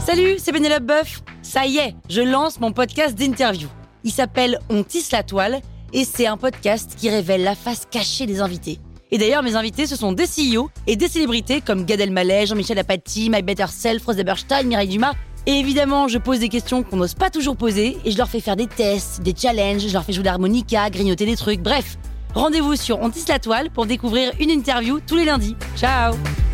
Salut, c'est Pénélope Boeuf. Ça y est, je lance mon podcast d'interview. Il s'appelle On tisse la toile et c'est un podcast qui révèle la face cachée des invités. Et d'ailleurs, mes invités, ce sont des CEO et des célébrités comme Gad Elmaleh, Jean-Michel Apathy, My Better Self, Rose Eberstein, Mireille Dumas. Et évidemment, je pose des questions qu'on n'ose pas toujours poser et je leur fais faire des tests, des challenges, je leur fais jouer de l'harmonica, grignoter des trucs, bref. Rendez-vous sur On tisse la toile pour découvrir une interview tous les lundis. Ciao!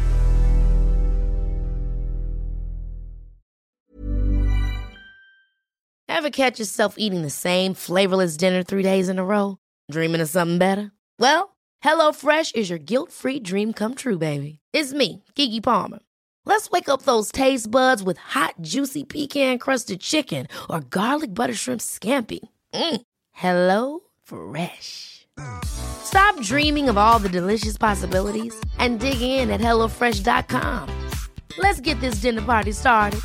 Ever catch yourself eating the same flavorless dinner 3 days in a row? Dreaming of something better? Well, HelloFresh is your guilt-free dream come true, baby. It's me, Keke Palmer. Let's wake up those taste buds with hot, juicy pecan-crusted chicken or garlic butter shrimp scampi. Hello Fresh. Stop dreaming of all the delicious possibilities and dig in at HelloFresh.com. Let's get this dinner party started.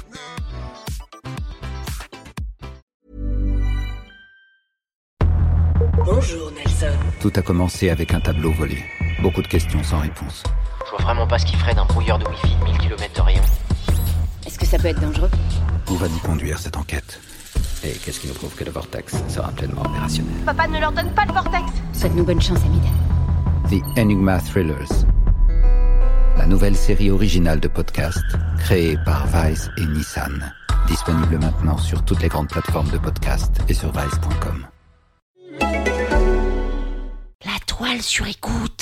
Bonjour Nelson. Tout a commencé avec un tableau volé. Beaucoup de questions sans réponse. Je vois vraiment pas ce qu'il ferait d'un brouilleur de Wi-Fi de 1000 km de rayon. Est-ce que ça peut être dangereux? Où va nous conduire cette enquête? Et qu'est-ce qui nous prouve que le Vortex sera pleinement opérationnel? Papa ne leur donne pas le Vortex. Souhaite-nous bonne chance, Hamid. The Enigma Thrillers. La nouvelle série originale de podcast créée par Vice et Nissan. Disponible maintenant sur toutes les grandes plateformes de podcast et sur vice.com. La toile sur écoute.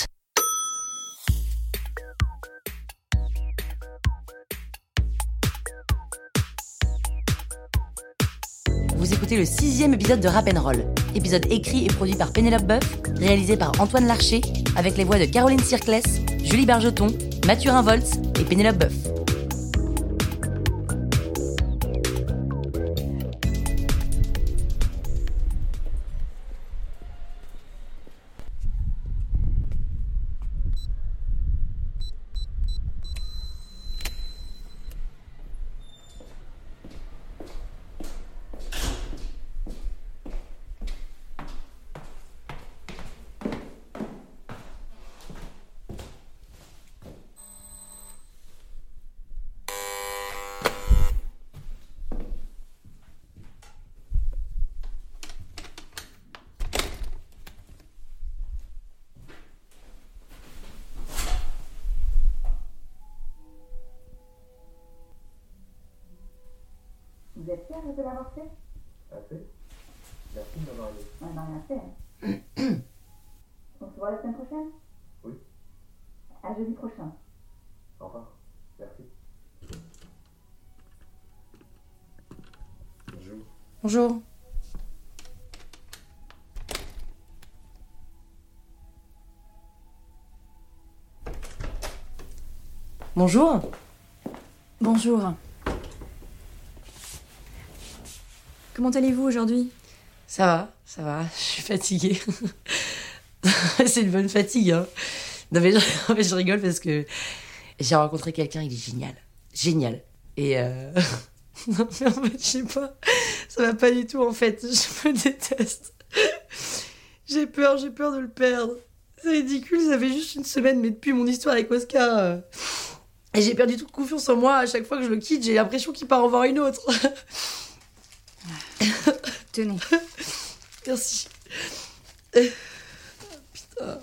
Vous écoutez le 6e épisode de Rap & Roll. Épisode écrit et produit par Pénélope Boeuf, réalisé par Antoine Larcher, avec les voix de Caroline Sirclès, Julie Bargeton, Mathurin Volz et Pénélope Boeuf. Vous êtes fiers de l'avoir fait? Assez. Merci de m'avoir aidé. On n'a rien fait. Hein. On se voit la semaine prochaine? Oui. À jeudi prochain. Au revoir. Merci. Bonjour. Bonjour. Bonjour. Bonjour. Comment allez-vous aujourd'hui? Ça va, je suis fatiguée. C'est une bonne fatigue, hein. Non mais je rigole parce que j'ai rencontré quelqu'un, il est génial. Et non mais en fait, je sais pas, ça va pas du tout en fait, je me déteste. J'ai peur de le perdre. C'est ridicule, ça fait juste une semaine, mais depuis mon histoire avec Oscar... Et j'ai perdu toute confiance en moi, à chaque fois que je le quitte, j'ai l'impression qu'il part en voir une autre. Tenez. Merci. Putain.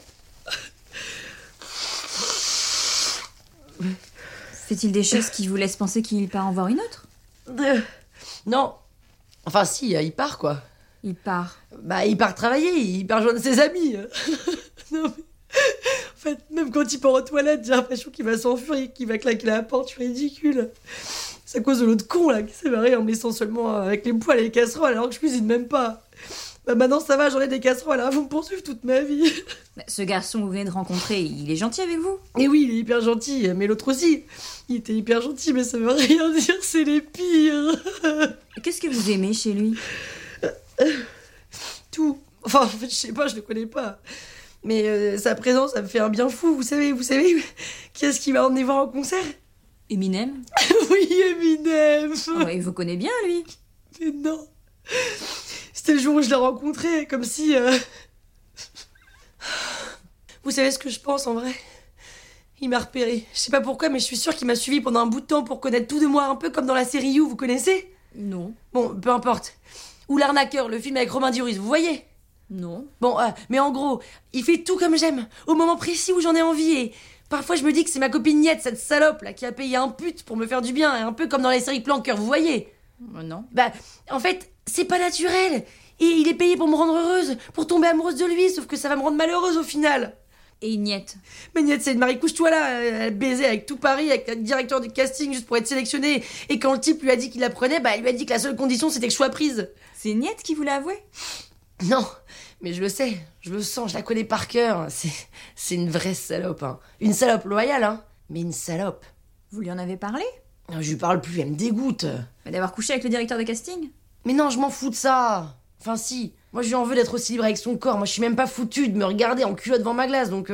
Fait-il des choses qui vous laissent penser qu'il part en voir une autre? Non. Enfin si, il part quoi. Il part. Bah il part travailler, il part rejoindre ses amis. Non mais... En fait, même quand il part aux toilettes, j'ai l'impression qu'il va s'enfuir, qu'il va claquer la porte, je suis ridicule. C'est à cause de l'autre con là qui s'est barré en me laissant seulement avec les poêles et les casseroles alors que je cuisine même pas. Bah maintenant ça va, j'en ai des casseroles, hein, vous me poursuivre toute ma vie. Ce garçon que vous venez de rencontrer, il est gentil avec vous? Et oui, il est hyper gentil, mais l'autre aussi. Il était hyper gentil, mais ça veut rien dire, c'est les pires. Qu'est-ce que vous aimez chez lui? Tout. Enfin, en fait, je sais pas, je le connais pas. Mais sa présence, ça me fait un bien fou, vous savez qui est-ce qui m'a emmené voir en concert? Eminem? Oui, Eminem. Oh, il vous connaît bien, lui. Mais non. C'était le jour où je l'ai rencontré, comme si... Vous savez ce que je pense, en vrai? Il m'a repéré. Je sais pas pourquoi, mais je suis sûre qu'il m'a suivi pendant un bout de temps pour connaître tout de moi, un peu comme dans la série You, vous connaissez ? Non. Bon, peu importe. Ou L'Arnaqueur, le film avec Romain Duris, vous voyez ? Non. Bon, mais en gros, il fait tout comme j'aime, au moment précis où j'en ai envie, et parfois je me dis que c'est ma copine Niette, cette salope là, qui a payé un pute pour me faire du bien, un peu comme dans les séries Planqueur, vous voyez ? Non. Bah, en fait, c'est pas naturel. Et il est payé pour me rendre heureuse, pour tomber amoureuse de lui, sauf que ça va me rendre malheureuse au final. Et Niette. Mais Niette, c'est une Marie couche-toi là, elle baisait avec tout Paris, avec le directeur du casting juste pour être sélectionnée. Et quand le type lui a dit qu'il la prenait, bah elle lui a dit que la seule condition c'était que je sois prise. C'est Niette qui vous l'a avoué ? Non, mais je le sais, je le sens, je la connais par cœur. C'est une vraie salope, hein. Une salope loyale, hein, mais une salope. Vous lui en avez parlé ? Je lui parle plus, elle me dégoûte. D'avoir couché avec le directeur de casting ? Mais non, je m'en fous de ça. Enfin si, moi je lui en veux d'être aussi libre avec son corps. Moi je suis même pas foutue de me regarder en culotte devant ma glace, donc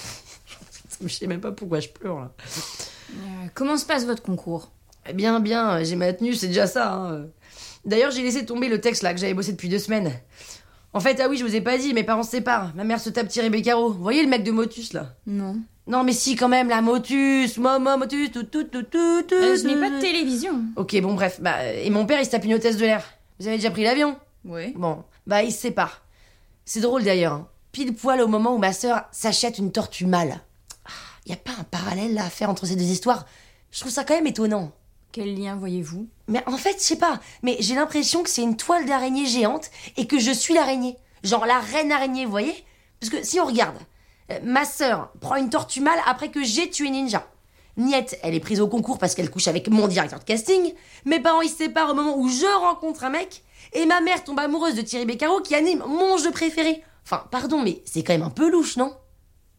je sais même pas pourquoi je pleure là. Comment se passe votre concours ? Eh bien, j'ai ma tenue, c'est déjà ça. Hein. D'ailleurs, j'ai laissé tomber le texte là que j'avais bossé depuis 2 semaines. En fait, ah oui, je vous ai pas dit, mes parents se séparent. Ma mère se tape Thierry Beccaro. Vous voyez le mec de Motus là ? Non. Non mais si quand même, la Motus, Motus, tout. Je n'ai pas de télévision. Ok, bon bref, et mon père il se tape une hôtesse de l'air. Vous avez déjà pris l'avion ? Oui. Bon, ils se séparent. C'est drôle d'ailleurs, hein. Pile poil au moment où ma sœur s'achète une tortue mâle. Y a pas un parallèle là à faire entre ces 2 histoires ? Je trouve ça quand même étonnant. Quel lien voyez-vous ? Mais en fait, je sais pas, mais j'ai l'impression que c'est une toile d'araignée géante et que je suis l'araignée. Genre la reine araignée, vous voyez ? Parce que si on regarde, ma sœur prend une tortue mâle après que j'ai tué Ninja. Niette, elle est prise au concours parce qu'elle couche avec mon directeur de casting. Mes parents, ils se séparent au moment où je rencontre un mec. Et ma mère tombe amoureuse de Thierry Beccaro qui anime mon jeu préféré. Enfin, pardon, mais c'est quand même un peu louche, non ? Non ?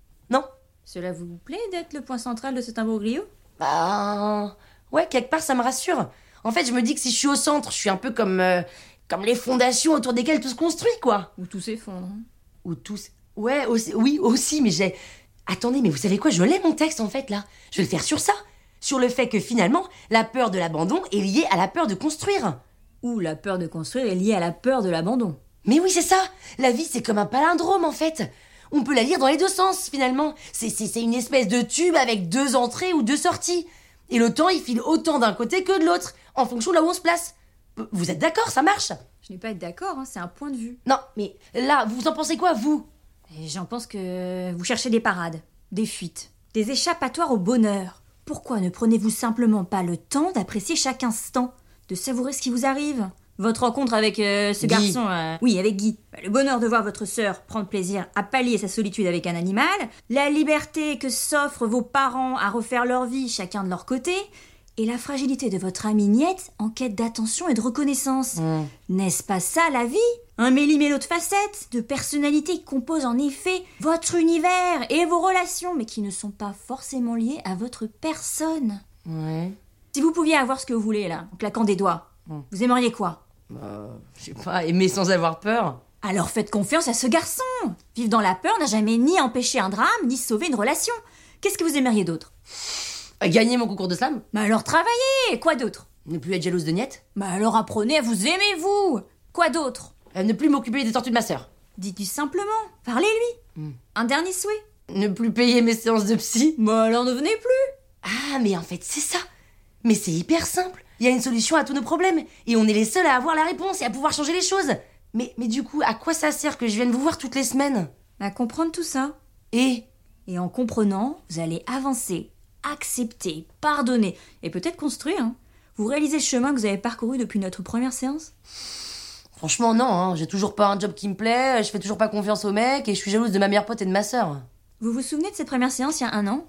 Cela vous plaît d'être le point central de cet imbroglio ? Ouais, quelque part, ça me rassure. En fait, je me dis que si je suis au centre, je suis un peu comme les fondations autour desquelles tout se construit, quoi. Ou tout s'effondre. Ou tout... Ouais, aussi, oui, aussi, mais j'ai... Attendez, mais vous savez quoi ? Je l'ai, mon texte, en fait, là. Je vais le faire sur ça. Sur le fait que, finalement, la peur de l'abandon est liée à la peur de construire. Ou la peur de construire est liée à la peur de l'abandon. Mais oui, c'est ça. La vie, c'est comme un palindrome, en fait. On peut la lire dans les 2 sens, finalement. C'est une espèce de tube avec 2 entrées ou 2 sorties. Et le temps, il file autant d'un côté que de l'autre, en fonction de là où on se place. Vous êtes d'accord, ça marche ? Je n'ai pas à être d'accord, hein, c'est un point de vue. Non, mais là, vous en pensez quoi, vous ? Et j'en pense que vous cherchez des parades, des fuites, des échappatoires au bonheur. Pourquoi ne prenez-vous simplement pas le temps d'apprécier chaque instant, de savourer ce qui vous arrive ? Votre rencontre avec ce garçon... Oui, avec Guy. Le bonheur de voir votre sœur prendre plaisir à pallier sa solitude avec un animal, la liberté que s'offrent vos parents à refaire leur vie chacun de leur côté, et la fragilité de votre amie Niette en quête d'attention et de reconnaissance. N'est-ce pas ça la vie ? Un méli-mélo de facettes, de personnalités qui composent en effet votre univers et vos relations, mais qui ne sont pas forcément liées à votre personne. Ouais. Si vous pouviez avoir ce que vous voulez là, en claquant des doigts, vous aimeriez quoi ? Je sais pas, aimer sans avoir peur. Alors faites confiance à ce garçon. Vivre dans la peur n'a jamais ni empêché un drame, ni sauvé une relation. Qu'est-ce que vous aimeriez d'autre ? Gagner mon concours de slam ? Alors travaillez. Quoi d'autre ? Ne plus être jalouse de Niette ? Alors apprenez à vous aimer, vous. Quoi d'autre ? Ne plus m'occuper des tortues de ma sœur. Dites-lui simplement. Parlez-lui. Un dernier souhait ? Ne plus payer mes séances de psy ? Alors ne venez plus. Ah, mais en fait, c'est ça. Mais c'est hyper simple. Il y a une solution à tous nos problèmes. Et on est les seuls à avoir la réponse et à pouvoir changer les choses. Mais du coup, à quoi ça sert que je vienne vous voir toutes les semaines ? À comprendre tout ça. Et en comprenant, vous allez avancer, accepter, pardonner et peut-être construire. Vous réalisez le chemin que vous avez parcouru depuis notre première séance ? Franchement, non. Hein. J'ai toujours pas un job qui me plaît, je fais toujours pas confiance au mec et je suis jalouse de ma meilleure pote et de ma sœur. Vous vous souvenez de cette première séance il y a 1 an ?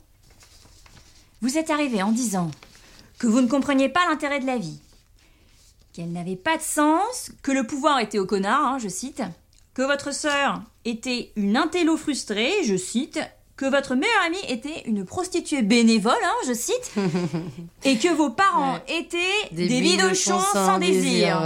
Vous êtes arrivé en disant que vous ne compreniez pas l'intérêt de la vie, qu'elle n'avait pas de sens, que le pouvoir était au connard, je cite, que votre sœur était une intello frustrée, je cite, que votre meilleure amie était une prostituée bénévole, je cite, et que vos parents étaient des bidochons sans désir.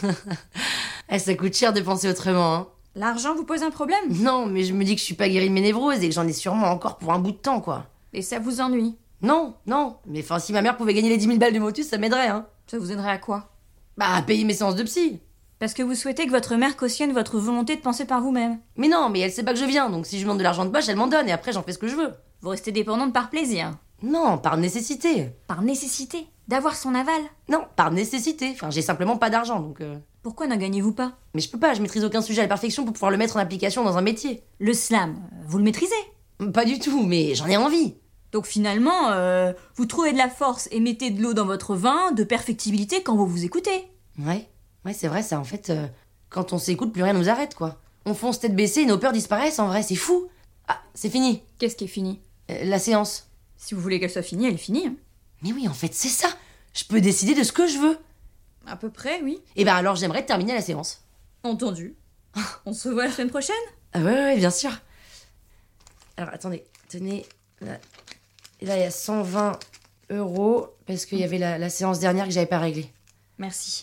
Ouais. Ça coûte cher de penser autrement. Hein. L'argent vous pose un problème ? Non, mais je me dis que je suis pas guérie de mes névroses et que j'en ai sûrement encore pour un bout de temps, quoi. Et ça vous ennuie ? Non, mais enfin, si ma mère pouvait gagner les 10 000 balles de Motus, ça m'aiderait, hein. Ça vous aiderait à quoi ? À payer mes séances de psy. Parce que vous souhaitez que votre mère cautionne votre volonté de penser par vous-même. Mais non, mais elle sait pas que je viens, donc si je lui demande de l'argent de poche, elle m'en donne, et après j'en fais ce que je veux. Vous restez dépendante par plaisir. Non, par nécessité. Par nécessité. D'avoir son aval. Non, par nécessité. Enfin, j'ai simplement pas d'argent, donc... Pourquoi n'en gagnez-vous pas? Mais je peux pas, je maîtrise aucun sujet à la perfection pour pouvoir le mettre en application dans un métier. Le slam, vous le maîtrisez? Pas du tout, mais j'en ai envie. Donc finalement, vous trouvez de la force et mettez de l'eau dans votre vin, de perfectibilité quand vous vous écoutez. Ouais, c'est vrai, ça, en fait, quand on s'écoute, plus rien nous arrête, quoi. On fonce tête baissée et nos peurs disparaissent, en vrai, c'est fou. Ah, c'est fini. Qu'est-ce qui est fini? La séance. Si vous voulez qu'elle soit finie, elle est finie. Mais oui, en fait, c'est ça. Je peux décider de ce que je veux. À peu près, oui. Et bah alors, j'aimerais terminer la séance. Entendu. On se voit la semaine prochaine? Ah ouais, bien sûr. Alors, attendez, tenez... Là, et là, il y a 120 €, parce qu'il y avait la séance dernière que j'avais pas réglée. Merci.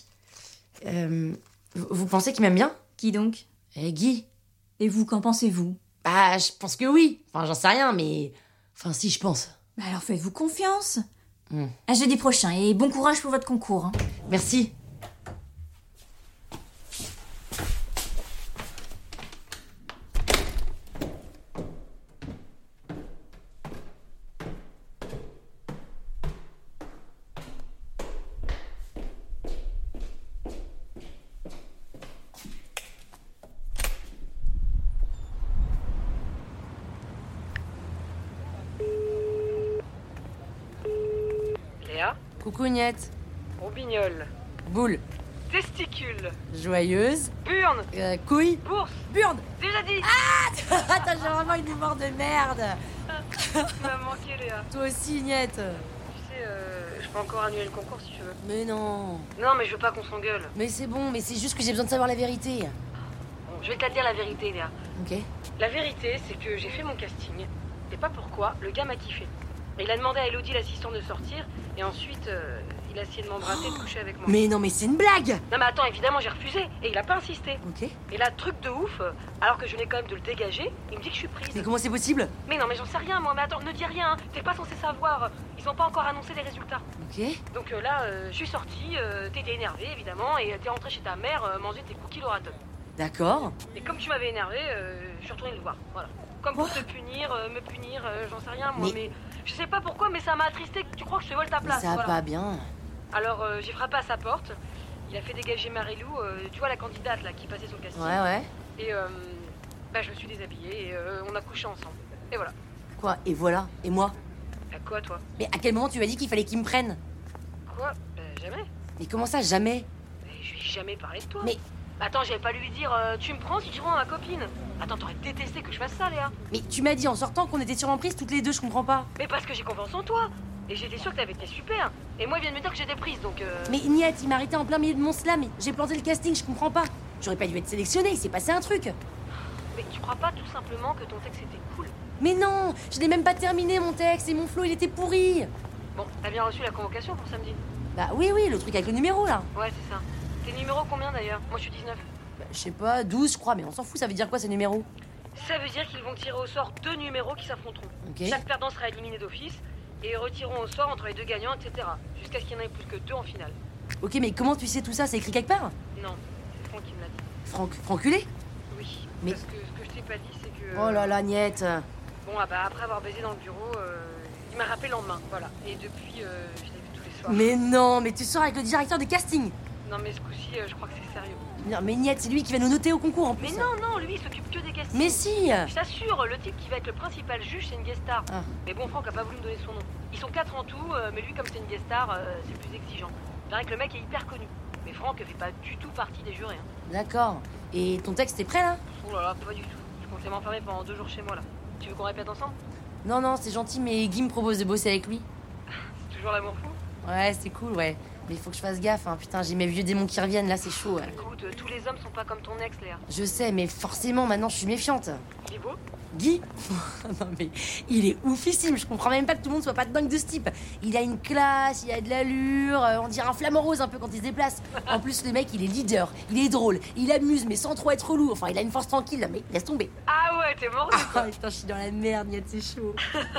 Vous pensez qu'il m'aime bien? Qui donc? Guy. Et vous, qu'en pensez-vous? Bah, je pense que oui. Enfin, j'en sais rien, mais... Enfin, si, je pense. Bah alors faites-vous confiance. À jeudi prochain, et bon courage pour votre concours. Merci. Léa, Coucou, Niette. Robignol, Boule. testicule, Joyeuse. burne, Couille. bourse, Burne. déjà dit. Attends, j'ai vraiment une mémoire de merde. Tu m'as manqué Léa. Toi aussi, Niette. Tu sais, je peux encore annuler le concours si tu veux. Mais non. Non mais je veux pas qu'on s'engueule. Mais c'est bon, mais c'est juste que j'ai besoin de savoir la vérité. Bon, je vais te la dire la vérité Léa. Ok. La vérité c'est que j'ai fait mon casting. Et pas pourquoi, le gars m'a kiffé. Et il a demandé à Elodie l'assistante de sortir. Et ensuite, il a essayé de m'embrasser et de coucher avec moi. Mais non, mais c'est une blague. Non mais attends, évidemment j'ai refusé. Et il a pas insisté. Ok. Et là, truc de ouf, alors que je venais quand même de le dégager, il me dit que je suis prise. Mais comment c'est possible? Mais non mais j'en sais rien moi, mais attends, ne dis rien, hein. T'es pas censé savoir. Ils ont pas encore annoncé les résultats. Ok. Donc là, je suis sortie, t'étais énervée évidemment, et t'es rentrée chez ta mère manger tes cookies Loraton. D'accord. Et comme tu m'avais énervée, je suis retournée le voir, voilà. Comme pour te punir, me punir, j'en sais rien moi, mais je sais pas pourquoi, mais ça m'a attristé. Tu crois que je te vole ta place? Ça va voilà. pas bien. Alors j'ai frappé à sa porte, il a fait dégager Marilou, tu vois la candidate là qui passait son casting. Ouais. Et bah je me suis déshabillée et on a couché ensemble. Et voilà. Quoi? Et voilà. Et moi? À quoi toi? Mais à quel moment tu m'as dit qu'il fallait qu'il me prenne? Quoi? Bah jamais. Mais comment ça, jamais? Mais je lui ai jamais parlé de toi. Mais... Attends, j'avais pas lui dire tu me prends si tu rends ma copine. Attends, t'aurais détesté que je fasse ça, Léa. Mais tu m'as dit en sortant qu'on était sûrement prises toutes les deux, je comprends pas. Mais parce que j'ai confiance en toi. Et j'étais sûre que t'avais été super. Et moi, il vient de me dire que j'étais prise, donc Mais Niette, il m'a arrêté en plein milieu de mon slam. J'ai planté le casting, je comprends pas. J'aurais pas dû être sélectionnée, il s'est passé un truc. Mais tu crois pas tout simplement que ton texte était cool? Mais non, je l'ai même pas terminé mon texte et mon flow il était pourri. Bon, t'as bien reçu la convocation pour samedi? Bah oui, le truc avec le numéro là. Ouais, c'est ça. T'es numéro combien d'ailleurs? Moi, je suis 19. Bah, je sais pas, 12 je crois, mais on s'en fout, ça veut dire quoi ces numéros? Ça veut dire qu'ils vont tirer au sort 2 numéros qui s'affronteront. Ok. Chaque perdant sera éliminé d'office et ils retireront au sort entre les 2 gagnants, etc. Jusqu'à ce qu'il y en ait plus que 2 en finale. Ok, mais comment tu sais tout ça? C'est écrit quelque part? Non, c'est Franck qui me l'a dit. Franculé? Oui, Mais- parce que ce que je t'ai pas dit, c'est que... Oh là là, Niette. Bon, ah bah après avoir baisé dans le bureau, il m'a rappelé le lendemain, voilà. Et depuis, je l'ai vu tous les soirs. Mais non, mais tu sors avec le directeur de casting. Non mais ce coup-ci, je crois que c'est sérieux. Non, mais Niette, c'est lui qui va nous noter au concours en plus. Mais non, lui il s'occupe que des castings. Mais si. Je t'assure, le type qui va être le principal juge, c'est une guest star. Ah. Mais bon, Franck a pas voulu me donner son nom. Ils sont 4 en tout, mais lui, comme c'est une guest star, c'est plus exigeant. Je dirais que le mec est hyper connu. Mais Franck fait pas du tout partie des jurés. Hein. D'accord. Et ton texte est prêt là? Oh là là, pas du tout. Je comptais m'enfermer pendant 2 jours chez moi là. Tu veux qu'on répète ensemble? Non, c'est gentil, mais Guy me propose de bosser avec lui. C'est toujours l'amour fou? Ouais, c'est cool, ouais. Mais il faut que je fasse gaffe, hein. Putain, j'ai mes vieux démons qui reviennent, là, c'est chaud. Ouais. Écoute, tous les hommes sont pas comme ton ex, Léa. Je sais, mais forcément, maintenant, je suis méfiante. Il est beau? Guy? Non, mais il est oufissime. Je comprends même pas que tout le monde soit pas dingue de ce type. Il a une classe, il a de l'allure, on dirait un flamant rose un peu quand il se déplace. En plus, le mec, il est leader, il est drôle, il amuse, mais sans trop être relou. Enfin, il a une force tranquille, mais laisse tomber. Ah ouais, t'es mort. Ah, putain, je suis dans la merde, Niette, c'est chaud.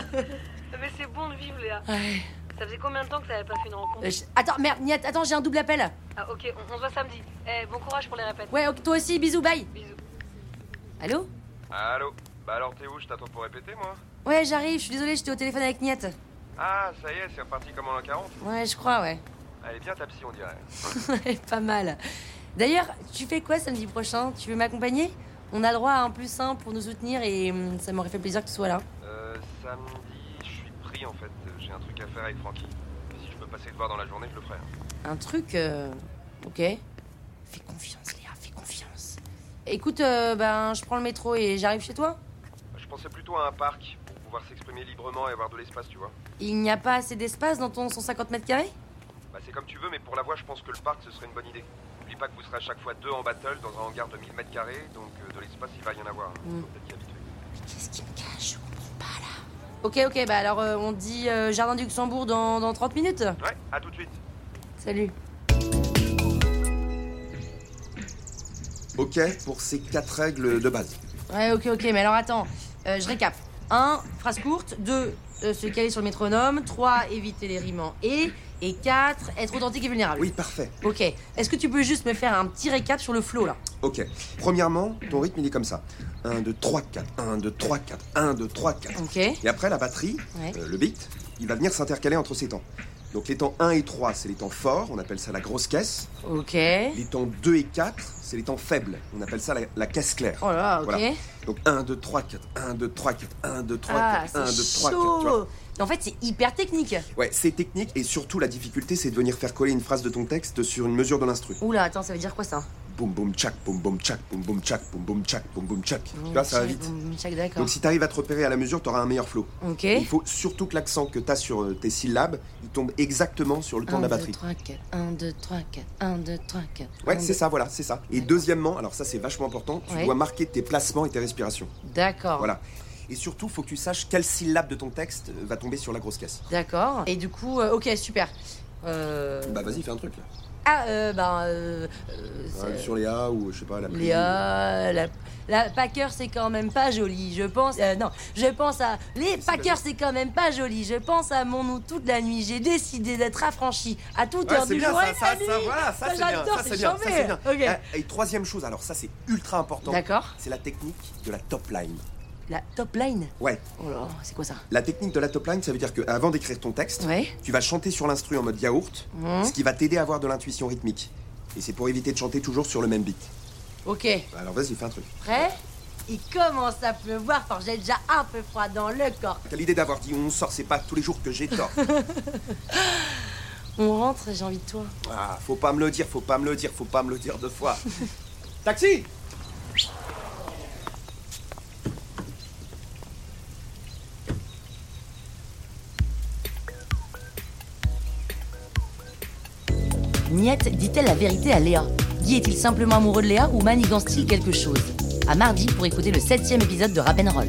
Mais c'est bon de vivre, Léa. Ouais. Ça faisait combien de temps que t'avais pas fait une rencontre? Attends, merde, Niette, attends, j'ai un double appel. Ah ok, on se voit samedi. Eh, bon courage pour les répètes. Ouais, ok, toi aussi, bisous, bye. Bisous. Allô? Allô? Bah alors t'es où? Je t'attends pour répéter, moi. Ouais, j'arrive, je suis désolée, j'étais au téléphone avec Niette. Ah, ça y est, c'est reparti comme en l'an 40. Ouais, je crois, ouais. Elle est bien ta psy, on dirait. Pas mal. D'ailleurs, tu fais quoi samedi prochain? Tu veux m'accompagner? On a le droit à un plus simple pour nous soutenir et ça m'aurait fait plaisir que tu sois là. Samedi, je suis pris en fait. J'ai un truc à faire avec Francky. Et si je peux passer te voir dans la journée, je le ferai. Un truc, ok. Fais confiance, Léa, fais confiance. Écoute, je prends le métro et j'arrive chez toi? Je pensais plutôt à un parc pour pouvoir s'exprimer librement et avoir de l'espace, tu vois. Il n'y a pas assez d'espace dans ton 150 mètres carrés? Bah c'est comme tu veux, mais pour la voix, je pense que le parc, ce serait une bonne idée. N'oublie pas que vous serez à chaque fois 2 en battle dans un hangar de 1000 mètres carrés, donc de l'espace, il va y en avoir. Faut peut-être y habituer. Mais qu'est-ce qui me cache? Je comprends pas, là. Ok, bah alors on dit Jardin du Luxembourg dans 30 minutes? Ouais, à tout de suite. Salut. Ok pour ces 4 règles de base. Ouais, ok, mais alors attends, je récap. 1, phrase courte. 2, se caler sur le métronome. 3, éviter les rimes en et 4, être authentique et vulnérable. Oui, parfait. Ok, est-ce que tu peux juste me faire un petit récap sur le flow, là? Ok, premièrement, ton rythme, il est comme ça. 1, 2, 3, 4, 1, 2, 3, 4, 1, 2, 3, 4. Ok. Et après, la batterie, le beat, il va venir s'intercaler entre ces temps. Donc les temps 1 et 3, c'est les temps forts, on appelle ça la grosse caisse. Ok. Les temps 2 et 4, c'est les temps faibles, on appelle ça la caisse claire. Oh là là, ok. Voilà. Donc 1, 2, 3, 4, 1, 2, 3, 4, 1, 2, 3, 4, 1, 2, 3, 4, tu vois. En fait, c'est hyper technique. Ouais, c'est technique et surtout la difficulté, c'est de venir faire coller une phrase de ton texte sur une mesure de l'instru. Oula, attends, ça veut dire quoi ça? Boum boum tchac, boum boum tchac, boum boum tchac, boum boum tchac, boum boum tchac. Tu vois, ça va vite. D'accord. Donc si t'arrives à te repérer à la mesure, t'auras un meilleur flow. Ok. Et il faut surtout que l'accent que t'as sur tes syllabes, il tombe exactement sur le temps de la batterie. 1, 2, 3, 4, 1, 2, 3, 4. Ouais, c'est ça, voilà, c'est ça. Et deuxièmement, alors ça c'est vachement important, tu dois marquer tes placements et tes respirations. D'accord. Voilà. Et surtout, faut que tu saches quelle syllabe de ton texte va tomber sur la grosse caisse. D'accord. Et du coup, ok, super. Bah vas-y, fais un truc là. Sur Léa ou je sais pas, la pluie. Léa, la Packer c'est quand même pas joli, je pense. Je pense à. Les Packers c'est quand même pas joli, je pense à mon nous toute la nuit. J'ai décidé d'être affranchi à toute heure du jour et de la nuit. Voilà, ça c'est bien, ça c'est bien, ça c'est bien. Ok. Et troisième chose, alors ça c'est ultra important. D'accord. C'est la technique de la top line. La top line? Ouais. Oh là, c'est quoi ça? La technique de la top line, ça veut dire qu'avant d'écrire ton texte, tu vas chanter sur l'instru en mode yaourt, ce qui va t'aider à avoir de l'intuition rythmique. Et c'est pour éviter de chanter toujours sur le même beat. Ok. Alors vas-y, fais un truc. Prêt? Il commence à pleuvoir, fort j'ai déjà un peu froid dans le corps. T'as l'idée d'avoir dit on sort, c'est pas tous les jours que j'ai tort. On rentre, j'ai envie de toi. Ah, faut pas me le dire, faut pas me le dire, faut pas me le dire 2 fois. Taxi! Niette dit-elle la vérité à Léa? Guy est-il simplement amoureux de Léa ou manigance-t-il quelque chose? À mardi pour écouter le 7e épisode de Rap'n'Roll.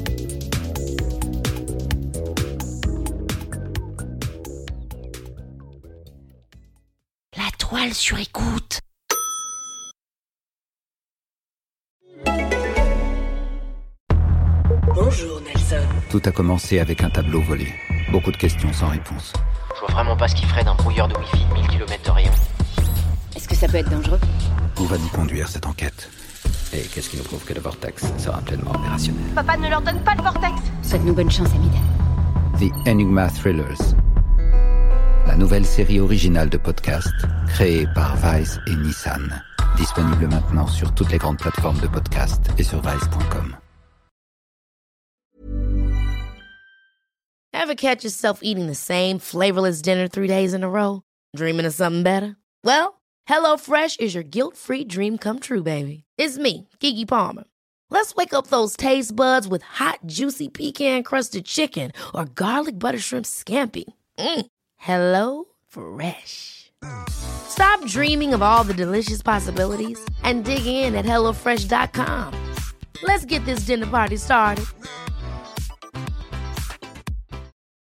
La toile sur écoute. Bonjour Nelson. Tout a commencé avec un tableau volé. Beaucoup de questions sans réponse. Je vois vraiment pas ce qu'il ferait d'un brouilleur de Wi-Fi de 1000 km de rayon. Est-ce que ça peut être dangereux? Où va nous conduire cette enquête? Et qu'est-ce qui nous prouve que le Vortex sera pleinement opérationnel? Papa, ne leur donne pas le Vortex. Souhaite-nous bonne chance, Hamid. The Enigma Thrillers. La nouvelle série originale de podcast créée par Vice et Nissan. Disponible maintenant sur toutes les grandes plateformes de podcast et sur vice.com. Ever catch yourself eating the same flavorless dinner 3 days in a row? Dreaming of something better? Well, HelloFresh is your guilt-free dream come true, baby. It's me, Keke Palmer. Let's wake up those taste buds with hot, juicy pecan-crusted chicken or garlic butter shrimp scampi. Hello Fresh. Stop dreaming of all the delicious possibilities and dig in at HelloFresh.com. Let's get this dinner party started.